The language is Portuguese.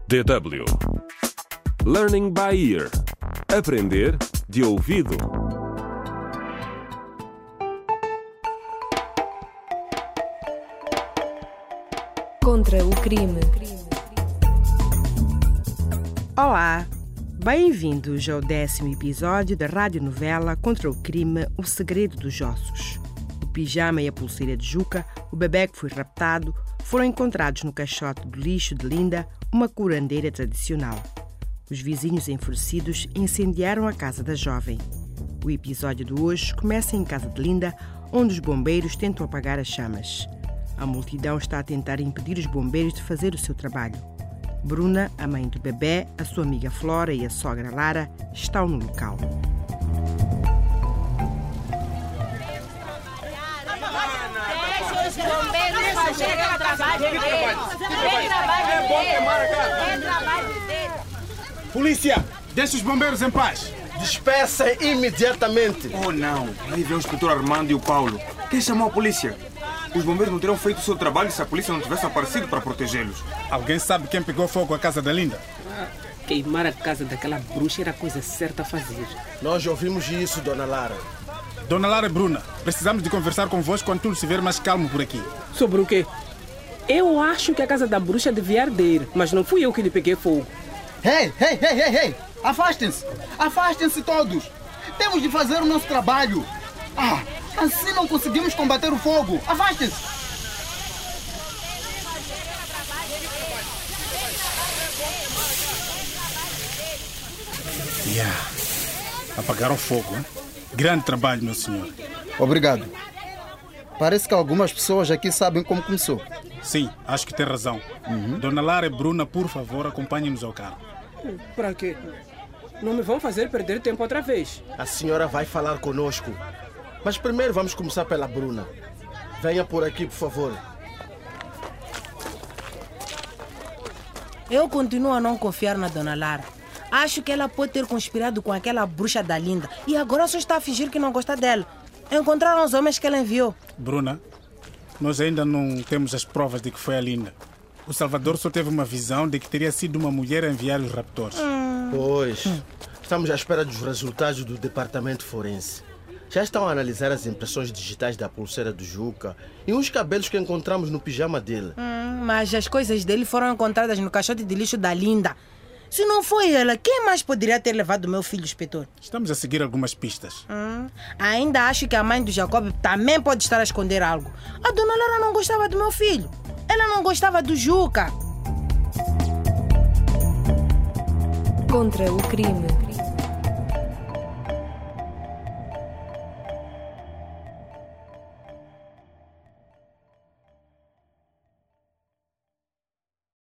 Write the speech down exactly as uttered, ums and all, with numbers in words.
D W Learning by Ear. Aprender de ouvido. Contra o crime. Olá, bem-vindos ao décimo episódio da radionovela Contra o crime, O segredo dos ossos. O pijama e a pulseira de Juca, o bebê que foi raptado, foram encontrados no caixote do lixo de Linda, uma curandeira tradicional. Os vizinhos enfurecidos incendiaram a casa da jovem. O episódio de hoje começa em casa de Linda, onde os bombeiros tentam apagar as chamas. A multidão está a tentar impedir os bombeiros de fazer o seu trabalho. Bruna, a mãe do bebê, a sua amiga Flora e a sogra Lara estão no local. Polícia, deixa os bombeiros em paz. Dispersa imediatamente. Oh não, aí vem o inspetor Armando e o Paulo. Quem chamou a polícia? Os bombeiros não teriam feito o seu trabalho se a polícia não tivesse aparecido para protegê-los. Alguém sabe quem pegou fogo à casa da Linda? Ah, queimar a casa daquela bruxa era a coisa certa a fazer. Nós já ouvimos isso, Dona Lara. Dona Lara e Bruna, precisamos de conversar convosco quando tudo se ver mais calmo por aqui. Sobre o quê? Eu acho que a casa da bruxa devia arder, mas não fui eu que lhe peguei fogo. Ei, ei, ei, ei, ei! Afastem-se! Afastem-se todos! Temos de fazer o nosso trabalho! Ah, assim não conseguimos combater o fogo! Afastem-se! Yeah. Apagaram o fogo, hein? Grande trabalho, meu senhor. Obrigado. Parece que algumas pessoas aqui sabem como começou. Sim, acho que tem razão. Uhum. Dona Lara e Bruna, por favor, acompanhem-nos ao carro. Para quê? Não me vão fazer perder tempo outra vez. A senhora vai falar conosco. Mas primeiro vamos começar pela Bruna. Venha por aqui, por favor. Eu continuo a não confiar na Dona Lara. Acho que ela pode ter conspirado com aquela bruxa da Linda e agora só está a fingir que não gosta dela. Encontraram os homens que ela enviou. Bruna, nós ainda não temos as provas de que foi a Linda. O Salvador só teve uma visão de que teria sido uma mulher a enviar os raptores. Hum. Pois, estamos à espera dos resultados do departamento forense. Já estão a analisar as impressões digitais da pulseira do Juca e uns cabelos que encontramos no pijama dele. Hum, mas as coisas dele foram encontradas no caixote de lixo da Linda. Se não foi ela, quem mais poderia ter levado o meu filho, inspetor? Estamos a seguir algumas pistas. Hum, ainda acho que a mãe do Jacob também pode estar a esconder algo. A Dona Lara não gostava do meu filho. Ela não gostava do Juca. Contra o crime.